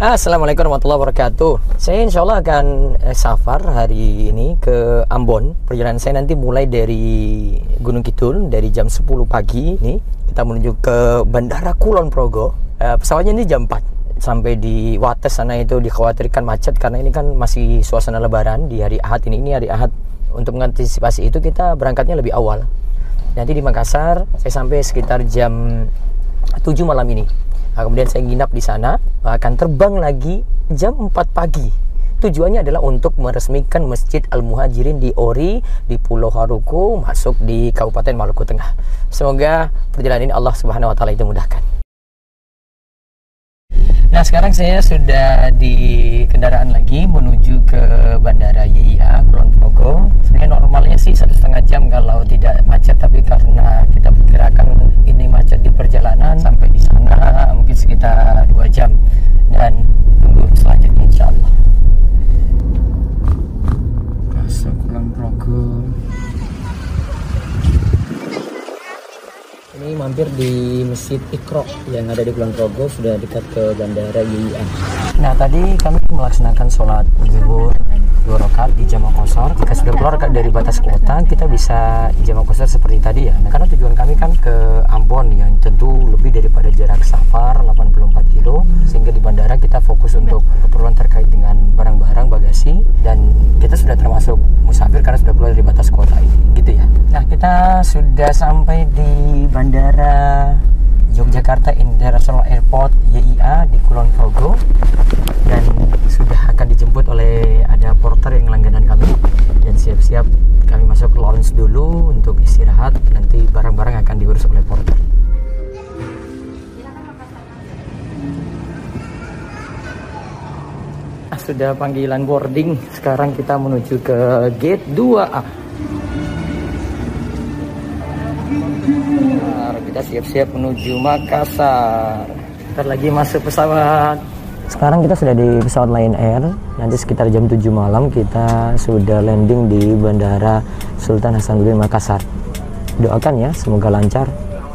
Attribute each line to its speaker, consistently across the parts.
Speaker 1: Assalamualaikum warahmatullahi wabarakatuh. Saya insya Allah akan safar hari ini ke Ambon. Perjalanan saya nanti mulai dari Gunung Kidul dari jam 10 pagi nih. Kita menuju ke Bandara Kulon Progo. Pesawatnya ini jam 4. Sampai di Wates sana itu dikhawatirkan macet karena ini kan masih suasana lebaran di hari Ahad ini hari Ahad. Untuk mengantisipasi itu kita berangkatnya lebih awal. Nanti di Makassar saya sampai sekitar jam 7 malam ini. Kemudian saya nginap di sana, akan terbang lagi jam 4 pagi. Tujuannya adalah untuk meresmikan Masjid Al-Muhajirin di Ori, di Pulau Haruku, masuk di Kabupaten Maluku Tengah. Semoga perjalanan ini Allah Subhanahu wa taala itu mudahkan. Nah, sekarang saya sudah di kendaraan lagi menuju ke Bandara YIA Kulon Progo. Sebenarnya normalnya sih 1,5 jam kalau tidak macet, tapi karena kita perkirakan ini macet di perjalanan sampai di sana mungkin sekitar 2 jam, dan tunggu selanjutnya insyaallah. Masuk Kulon Progo. Ini mampir di Masjid Iqra yang ada di Kulon Progo, sudah dekat ke Bandara YIA. Nah, tadi kami melaksanakan sholat zuhur 2 rakaat di Jama' Qashar. Jika sudah keluar dari batas kota, kita bisa Jama' Qashar seperti tadi ya. Nah, karena tujuan kami kan ke Ambon yang tentu lebih daripada jarak safar 84 kilo, sehingga di bandara kita fokus untuk keperluan terkait dengan barang-barang bagasi, dan kita sudah termasuk musafir karena sudah keluar dari batas kota ini, gitu ya. Nah, kita sudah sampai di Bandara Yogyakarta International Airport YIA di Kulon Progo, dan sudah akan dijemput oleh ada porter yang langganan kami, dan siap-siap kami masuk lounge dulu untuk istirahat. Nanti barang-barang akan diurus oleh porter. Sudah panggilan boarding, sekarang kita menuju ke gate 2A. Kita siap-siap menuju Makassar. Ntar lagi masuk pesawat. Sekarang kita sudah di pesawat Lion Air. Nanti sekitar jam 7 malam kita sudah landing di Bandara Sultan Hasanuddin Makassar. Doakan ya, semoga lancar.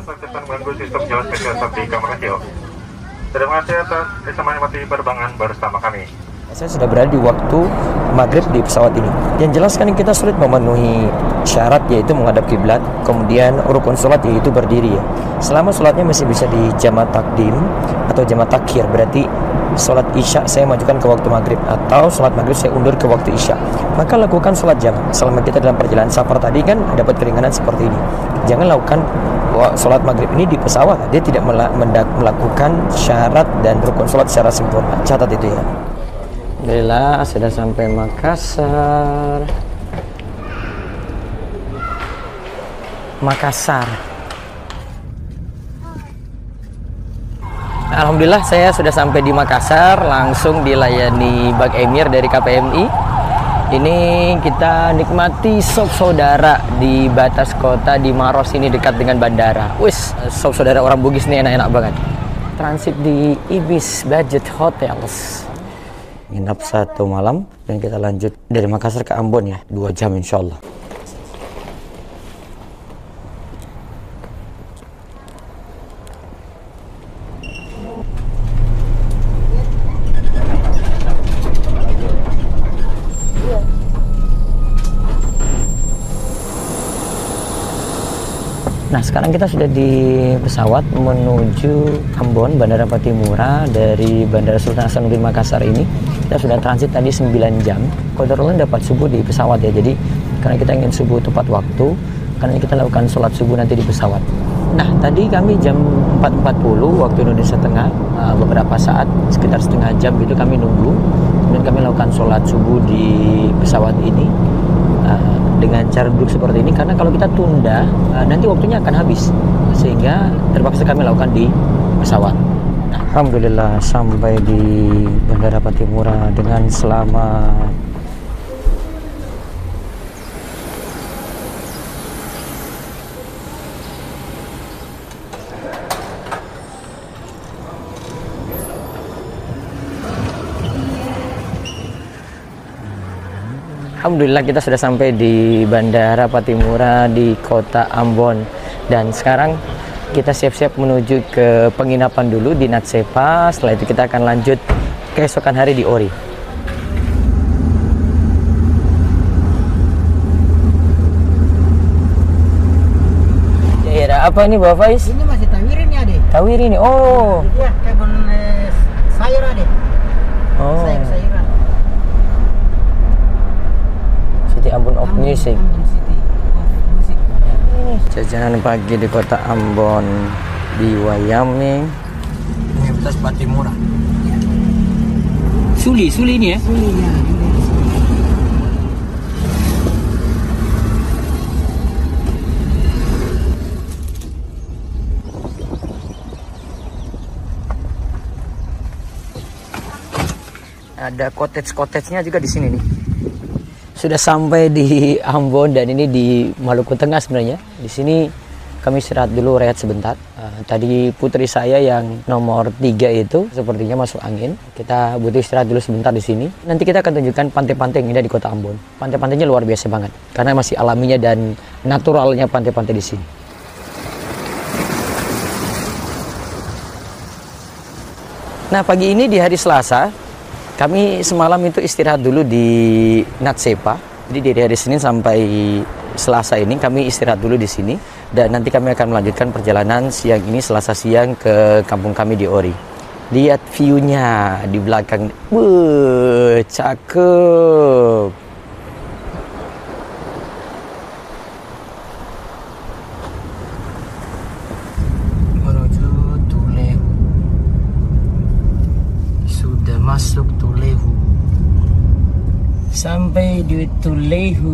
Speaker 2: Terima kasih atas keselamatan penerbangan bersama kami.
Speaker 1: Saya sudah berada di waktu maghrib di pesawat ini. Yang jelas kan kita sulit memenuhi syarat, yaitu menghadap kiblat, kemudian rukun sholat yaitu berdiri ya. Selama sholatnya masih bisa di jama' takdim atau jama' takhir, berarti sholat isya saya majukan ke waktu maghrib, atau sholat maghrib saya undur ke waktu isya, maka lakukan sholat jama'. Selama kita dalam perjalanan safar tadi kan dapat keringanan seperti ini. Jangan lakukan sholat maghrib ini di pesawat, dia tidak melakukan syarat dan rukun sholat secara sempurna. Catat itu ya. Alhamdulillah sudah sampai Makassar. Alhamdulillah saya sudah sampai di Makassar, langsung dilayani Bag Emir dari KPMI. Ini kita nikmati sop saudara di batas kota di Maros ini, dekat dengan bandara. Wis, sop saudara orang Bugis nih enak-enak banget. Transit di Ibis Budget Hotels. Nginap 1 malam dan kita lanjut dari Makassar ke Ambon ya, 2 jam insya Allah. Nah, sekarang kita sudah di pesawat menuju Ambon, Bandara Patimura. Dari Bandara Sultan Hasanuddin Makassar ini kita sudah transit tadi 9 jam. Qadarullah dapat subuh di pesawat ya. Jadi karena kita ingin subuh tepat waktu, karena kita lakukan sholat subuh nanti di pesawat. Nah, tadi kami jam 4.40 waktu Indonesia Tengah, beberapa saat, sekitar setengah jam itu kami nunggu. Kemudian kami lakukan sholat subuh di pesawat ini dengan cara duduk seperti ini, karena kalau kita tunda nanti waktunya akan habis, sehingga terpaksa kami lakukan di pesawat. Alhamdulillah sampai di Bandara Patimura dengan selamat. Alhamdulillah kita sudah sampai di Bandara Patimura di kota Ambon, dan sekarang kita siap-siap menuju ke penginapan dulu di Natsepa. Setelah itu kita akan lanjut ke keesokan hari di Ori. Daerah apa ini Bapak Faiz?
Speaker 3: Ini masih Tawirin ya, Dek.
Speaker 1: Tawiri ini. Oh.
Speaker 3: Iya, kebun sayur, Dek.
Speaker 1: Oh.
Speaker 3: Sayur-sayuran.
Speaker 1: City Ambon of Music.
Speaker 3: Ambon City of Music.
Speaker 1: Jajanan pagi di kota Ambon di Wayame. Universitas Patimura. Suli ini ya?
Speaker 3: Suli ya.
Speaker 1: Ada cottage-nya juga di sini nih. Sudah sampai di Ambon dan ini di Maluku Tengah sebenarnya. Di sini kami istirahat dulu, rehat sebentar. Tadi putri saya yang nomor 3 itu sepertinya masuk angin. Kita butuh istirahat dulu sebentar di sini. Nanti kita akan tunjukkan pantai-pantai yang ada di kota Ambon. Pantai-pantainya luar biasa banget karena masih alaminya dan naturalnya pantai-pantai di sini. Nah, pagi ini di hari Selasa kami semalam itu istirahat dulu di Natsepa. Jadi dari hari Senin sampai Selasa ini kami istirahat dulu di sini. Dan nanti kami akan melanjutkan perjalanan siang ini, Selasa siang, ke kampung kami di Ori. Lihat view-nya di belakang. Wuh, cakep. Menuju Tulehu. Sudah masuk Tulehu. Sampai di Tulehu.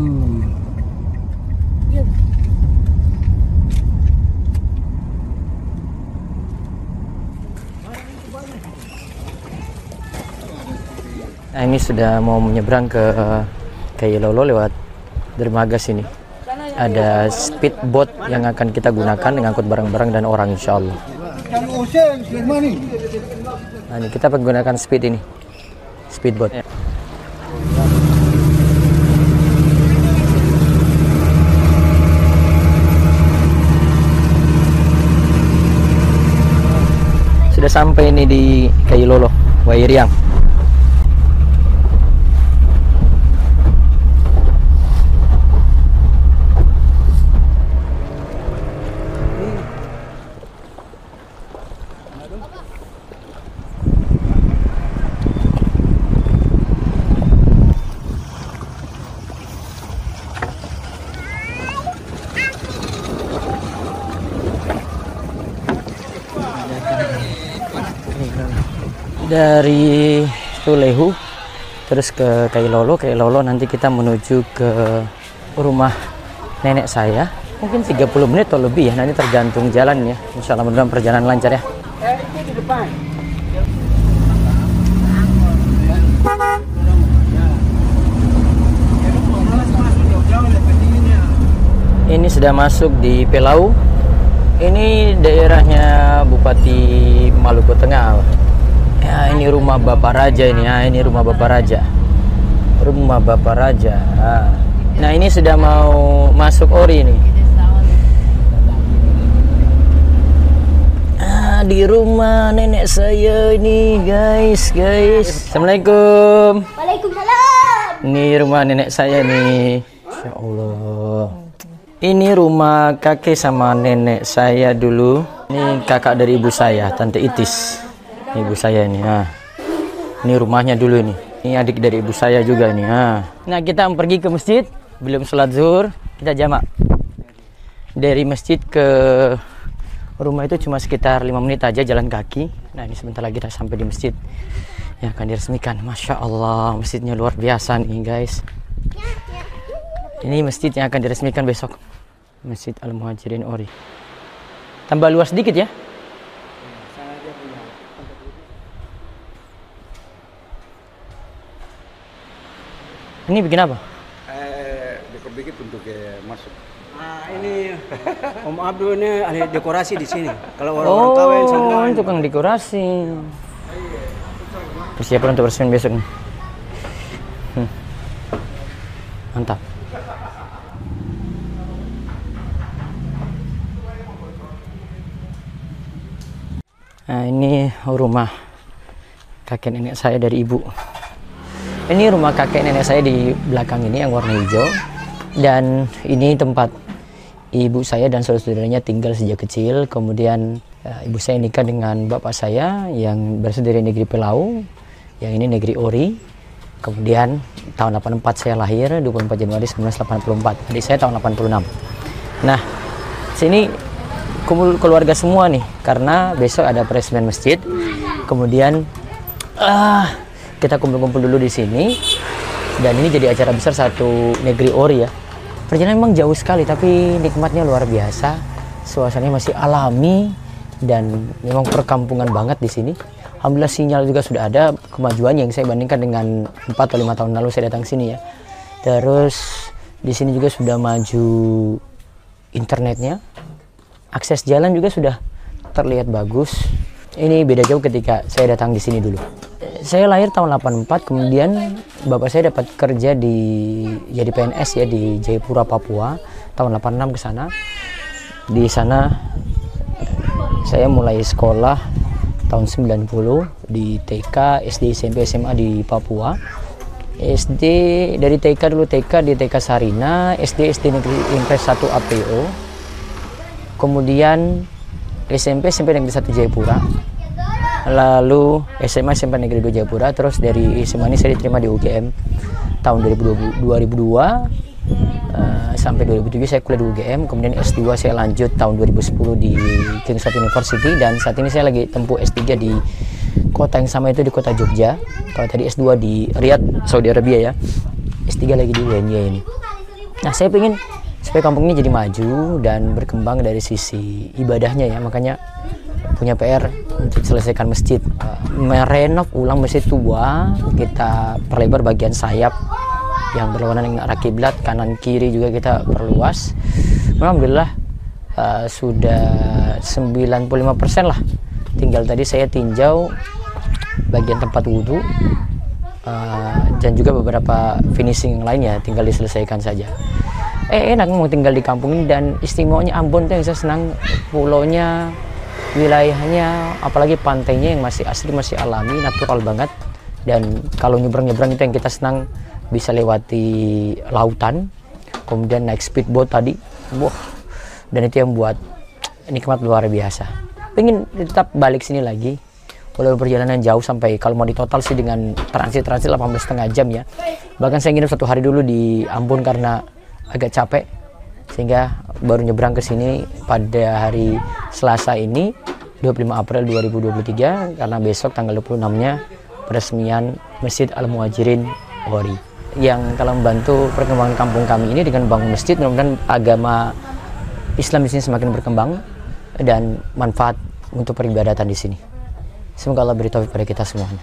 Speaker 1: Nah, ini sudah mau menyeberang ke Kailolo lewat dermaga sini. Ada speedboat yang akan kita gunakan mengangkut barang-barang dan orang, insya Allah. Nah, ini kita menggunakan speed ini, speedboat. Sudah sampai ini di Kailolo, Wairiang. Dari Tulehu terus ke Kailolo. Kailolo nanti kita menuju ke rumah nenek saya. Mungkin 30 menit atau lebih ya, nanti tergantung jalan ya. Insya Allah mudah-mudahan perjalanan lancar ya.
Speaker 3: Di depan.
Speaker 1: Ini sudah masuk di Pelau. Ini daerahnya Bupati Maluku Tengah. Ya, ini rumah Bapak Raja ini. Ya, ini rumah Bapak Raja. Rumah Bapak Raja. Nah, ini sudah mau masuk Ori ini. Di rumah nenek saya ini, guys. Assalamualaikum.
Speaker 4: Waalaikumsalam.
Speaker 1: Ini rumah nenek saya nih. Ya Allah. Ini rumah kakek sama nenek saya dulu. Ini kakak dari ibu saya, Tante Itis. Ini ibu saya ini. Ini rumahnya dulu ini. Ini adik dari ibu saya juga nih. Nah, kita pergi ke masjid. Belum sholat zuhur, kita jamak. Dari masjid ke rumah itu cuma sekitar 5 menit aja jalan kaki. Nah, ini sebentar lagi kita sampai di masjid yang akan diresmikan. Masya Allah, masjidnya luar biasa nih, guys. Ini masjid yang akan diresmikan besok. Masjid Al-Muhajirin Ori. Tambah luas sedikit ya. Ini bikin apa?
Speaker 5: Dikit untuk masuk.
Speaker 3: Nah, ini Om Abdul ini ahli dekorasi di sini. Kalau orang kawin semua
Speaker 1: tukang dekorasi. Persiapan untuk resmi besok nih. Mantap. Nah, ini rumah kakek nenek saya dari ibu. Ini rumah kakek nenek saya di belakang ini yang warna hijau. Dan ini tempat ibu saya dan saudara-saudaranya tinggal sejak kecil. Kemudian ibu saya nikah dengan bapak saya yang berasal dari negeri Pelau, yang ini negeri Ori. Kemudian tahun 84 saya lahir, 24 Januari 1984. Adik saya tahun 86. Nah, sini kumpul keluarga semua nih, karena besok ada peresmian masjid. Kemudian kita kumpul-kumpul dulu di sini. Dan ini jadi acara besar satu negeri Ori ya. Perjalanan memang jauh sekali, tapi nikmatnya luar biasa. Suasananya masih alami dan memang perkampungan banget di sini. Alhamdulillah sinyal juga sudah ada, kemajuan yang saya bandingkan dengan 4 atau 5 tahun lalu saya datang sini ya. Terus di sini juga sudah maju internetnya. Akses jalan juga sudah terlihat bagus. Ini beda jauh ketika saya datang di sini dulu. Saya lahir tahun 84, kemudian bapak saya dapat kerja jadi PNS ya di Jayapura, Papua. Tahun 86 ke sana. Di sana saya mulai sekolah tahun 90 di TK, SD, SMP, SMA di Papua. SD dari TK dulu, TK di TK Sarina, SD Negeri Impres 1 APO. Kemudian SMP Negeri 1 Jayapura. Lalu SMA Negeri 2 Jayapura. Terus dari SMA ini saya diterima di UGM tahun 2002 sampai 2007 saya kuliah di UGM. Kemudian S2 saya lanjut tahun 2010 di Kingsat University, dan saat ini saya lagi tempuh S3 di kota yang sama, itu di kota Jogja. Kalau tadi S2 di Riyadh, Saudi Arabia ya, S3 lagi di UNY ini. Nah, saya pengen supaya kampung ini jadi maju dan berkembang dari sisi ibadahnya ya, makanya punya PR untuk selesaikan masjid, merenov ulang masjid tua. Kita perlebar bagian sayap yang berlawanan dengan arah kiblat, kanan kiri juga kita perluas. Alhamdulillah sudah 95% lah. Tinggal tadi saya tinjau bagian tempat wudhu dan juga beberapa finishing lainnya, tinggal diselesaikan saja. Enak mau tinggal di kampung ini, dan istimewanya Ambon tuh yang saya senang, pulaunya, wilayahnya, apalagi pantainya yang masih asli, masih alami, natural banget. Dan kalau nyebrang-nyebrang itu yang kita senang, bisa lewati lautan, kemudian naik speedboat tadi, dan itu yang buat nikmat luar biasa. Pengen tetap balik sini lagi, walaupun perjalanan jauh, sampai kalau mau ditotal sih dengan transit 18,5 jam ya. Bahkan saya nginep 1 hari dulu di Ambon karena agak capek, sehingga baru nyebrang ke sini pada hari Selasa ini 25 April 2023, karena besok tanggal 26-nya peresmian Masjid Al-Muhajirin Ori, yang telah membantu perkembangan kampung kami ini dengan bangun masjid. Mudah-mudahan agama Islam di sini semakin berkembang dan manfaat untuk peribadatan di sini. Semoga Allah beri taufik pada kita semuanya.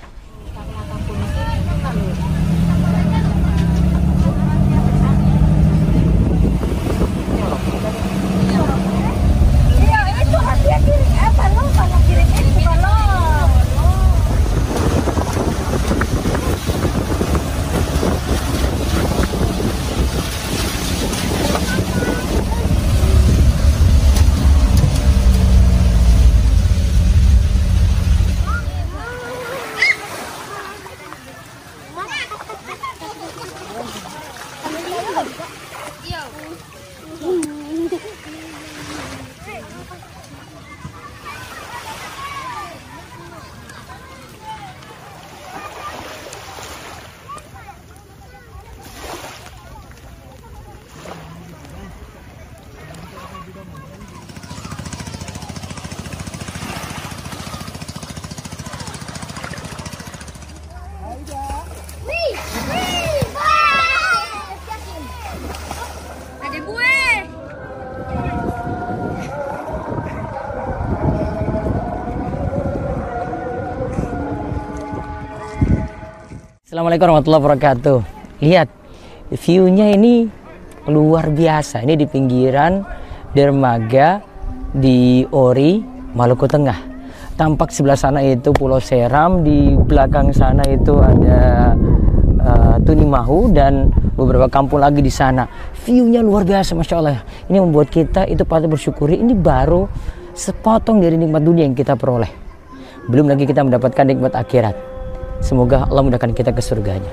Speaker 1: Assalamualaikum warahmatullahi wabarakatuh. Lihat view-nya ini luar biasa. Ini di pinggiran dermaga di Ori, Maluku Tengah. Tampak sebelah sana itu Pulau Seram, di belakang sana itu ada Tunimahu dan beberapa kampung lagi di sana. View-nya luar biasa, Masya Allah. Ini membuat kita itu patut bersyukuri. Ini baru sepotong dari nikmat dunia yang kita peroleh. Belum lagi kita mendapatkan nikmat akhirat. Semoga Allah mudahkan kita ke surganya.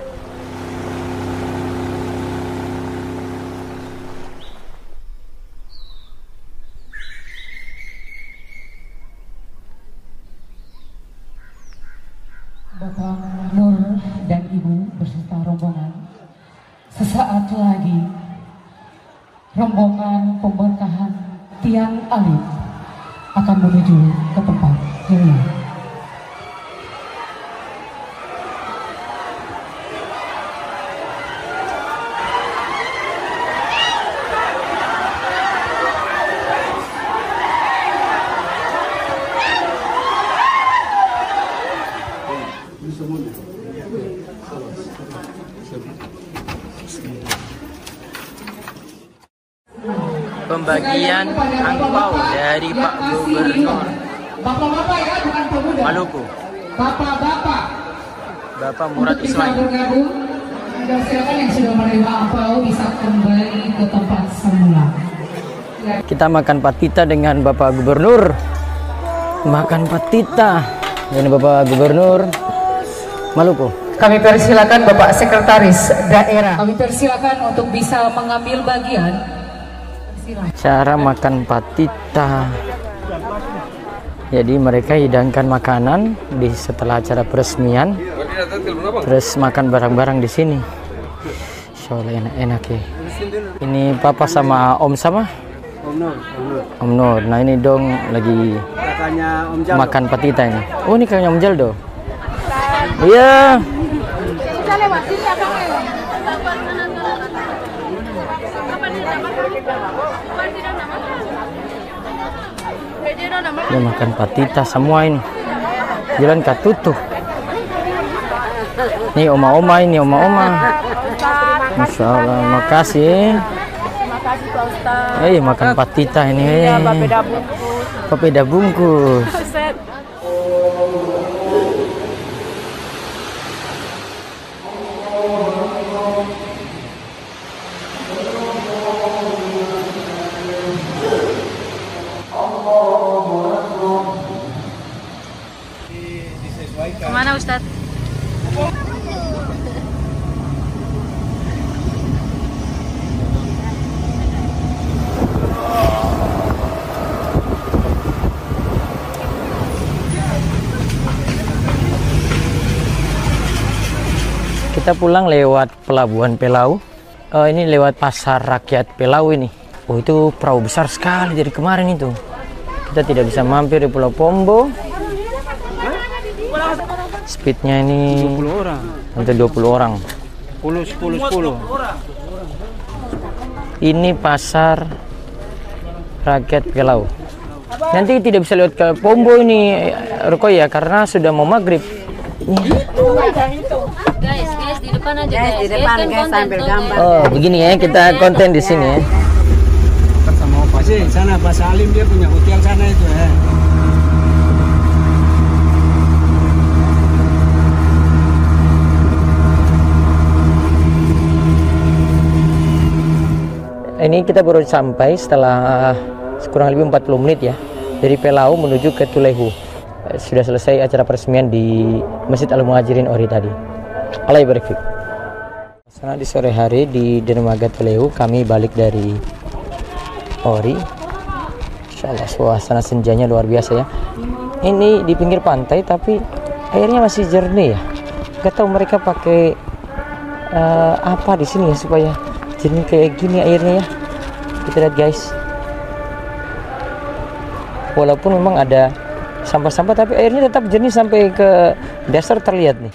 Speaker 4: Bapak Nur dan Ibu beserta rombongan, sesaat lagi rombongan pemberkahan Tiang Alif akan menuju ke tempat ini.
Speaker 1: Pembagian angpau dari Pak Gubernur
Speaker 4: Bapak-bapak ya, bukan pemuda.
Speaker 1: Maluku,
Speaker 4: Bapak-bapak.
Speaker 1: Bapak Murad
Speaker 4: Untuk bisa
Speaker 1: Ismail.
Speaker 4: bergabung, Anda silakan yang sudah menerima angpau bisa kembali ke tempat semula.
Speaker 1: Kita makan patita dengan Bapak Gubernur. Makan patita. Ini Bapak Gubernur Maluku.
Speaker 4: Kami persilakan Bapak Sekretaris Daerah. Kami persilakan untuk bisa mengambil bagian.
Speaker 1: Cara makan patita. Jadi mereka hidangkan makanan di setelah acara peresmian. Terus makan barang-barang di sini. Insya Allah enak-enak ya. Ini Papa sama Om sama? Om Nur. Nah ini dong lagi
Speaker 3: Kakaknya Om Jaldo.
Speaker 1: makan patita ini. Oh ini kakaknya Om Jaldo. Iya. Dia makan patita semua ini. Jalan katutuh. Ini oma-oma ini oma-oma. Masya Allah, makasih. Makan patita ini. Papeda bungkus.
Speaker 6: Kemana Ustadz?
Speaker 1: Kita pulang lewat Pelabuhan Pelau. Ini lewat Pasar Rakyat Pelau ini. Oh itu perahu besar sekali dari kemarin itu. Kita tidak bisa mampir di Pulau Pombo. Speednya ini
Speaker 3: 20 orang.
Speaker 1: untuk 20 orang.
Speaker 3: 10.
Speaker 1: Ini Pasar Rakyat Pelau. Nanti tidak bisa lewat ke Pombo ini Ruko ya karena sudah mau maghrib.
Speaker 6: Guys, di depan aja guys. Di depan guys sambil gambar.
Speaker 1: Oh begini ya kita konten di sini ya.
Speaker 3: Sama Opa sih, sana Pak Salim dia punya hotel sana itu ya.
Speaker 1: Ini kita baru sampai setelah kurang lebih 40 menit ya dari Pelau menuju ke Tulehu. Sudah selesai acara peresmian di Masjid Al-Muhajirin Ori tadi. Allah barik fiik. Sana di sore hari di dermaga Tulehu kami balik dari Ori. Insyaallah suasana senjanya luar biasa ya. Ini di pinggir pantai tapi airnya masih jernih ya. Gak tahu mereka pakai apa di sini ya supaya jernih kayak gini airnya ya. Kita lihat guys. Walaupun memang ada sampah-sampah tapi airnya tetap jernih sampai ke dasar terlihat nih.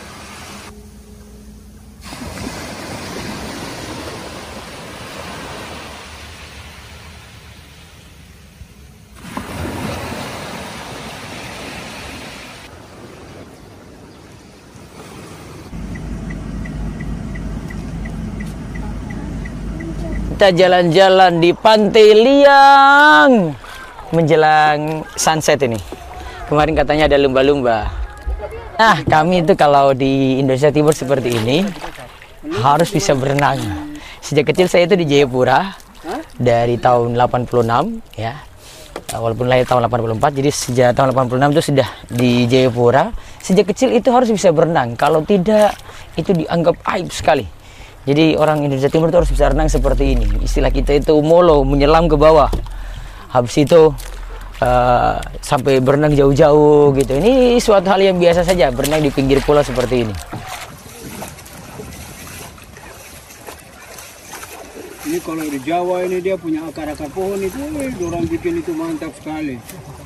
Speaker 1: Kita jalan-jalan di Pantai Liang menjelang sunset ini. Kemarin katanya ada lumba-lumba. Nah, kami itu kalau di Indonesia Timur seperti ini harus bisa berenang. Sejak kecil saya itu di Jayapura dari tahun 86 ya. Walaupun lahir tahun 84, jadi sejak tahun 86 itu sudah di Jayapura. sejak kecil itu harus bisa berenang. Kalau tidak, itu dianggap aib sekali. Jadi orang Indonesia Timur itu harus bisa renang seperti ini. Istilah kita itu molo, menyelam ke bawah. Habis itu sampai berenang jauh-jauh gitu. Ini suatu hal yang biasa saja, berenang di pinggir pulau seperti ini.
Speaker 3: Ini kalau di Jawa ini dia punya akar-akar pohon itu, orang bikin itu mantap sekali.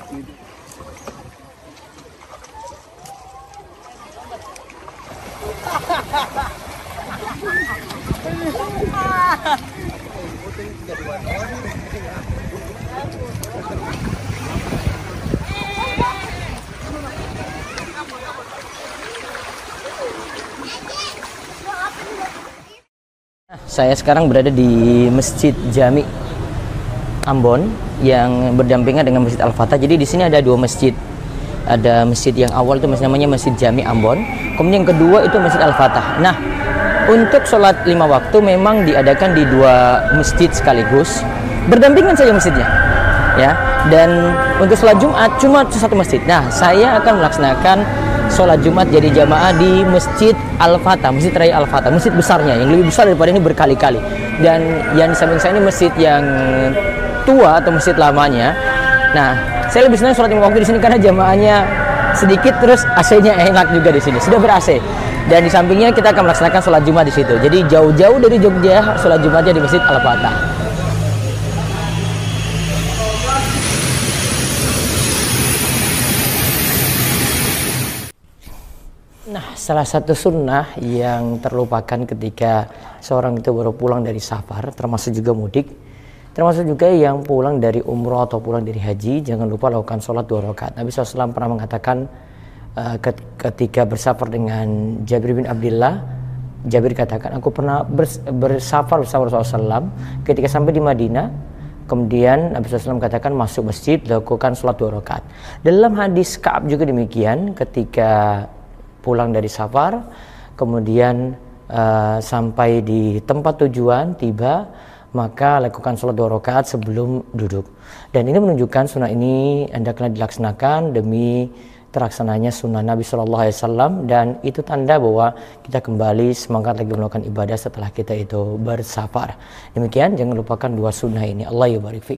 Speaker 1: Saya sekarang berada di Masjid Jami Ambon yang berdampingan dengan Masjid Al-Fatah. Jadi di sini ada dua masjid. Ada masjid yang awal itu namanya Masjid Jami Ambon. Kemudian yang kedua itu Masjid Al-Fatah. Nah, untuk sholat 5 waktu memang diadakan di dua masjid sekaligus. Berdampingan saja masjidnya. Ya. Dan untuk sholat Jumat cuma satu masjid. Nah, saya akan melaksanakan sholat Jumat jadi jamaah di Masjid Al-Fatah, Masjid Raya Al-Fatah, masjid besarnya yang lebih besar daripada ini berkali-kali. Dan yang di samping saya ini masjid yang tua atau masjid lamanya. Nah, saya lebih senang sholat 5 waktu di sini karena jamaahnya sedikit, terus AC-nya enak juga di sini. Sudah ber-AC. Dan di sampingnya kita akan melaksanakan sholat Jumat di situ. Jadi jauh-jauh dari Jogja, sholat Jumatnya di Masjid Al-Fatah. Nah, salah satu sunnah yang terlupakan ketika seorang itu baru pulang dari safar, termasuk juga mudik, termasuk juga yang pulang dari umroh atau pulang dari haji, jangan lupa lakukan sholat 2 rakaat. Nabi SAW pernah mengatakan ketika bersafar dengan Jabir bin Abdullah, Jabir katakan, aku pernah bersafar bersama Rasulullah SAW ketika sampai di Madinah. Kemudian Nabi SAW katakan masuk masjid, lakukan sholat 2 rakaat. Dalam hadis Ka'ab juga demikian, ketika pulang dari safar, kemudian sampai di tempat tujuan, tiba, maka lakukan sholat 2 rakaat sebelum duduk. Dan ini menunjukkan sunnah ini hendaklah dilaksanakan demi terlaksananya sunnah Nabi SAW, dan itu tanda bahwa kita kembali semangat lagi melakukan ibadah setelah kita itu bersafar. Demikian, jangan lupakan 2 sunnah ini. Allah yubarik fiik.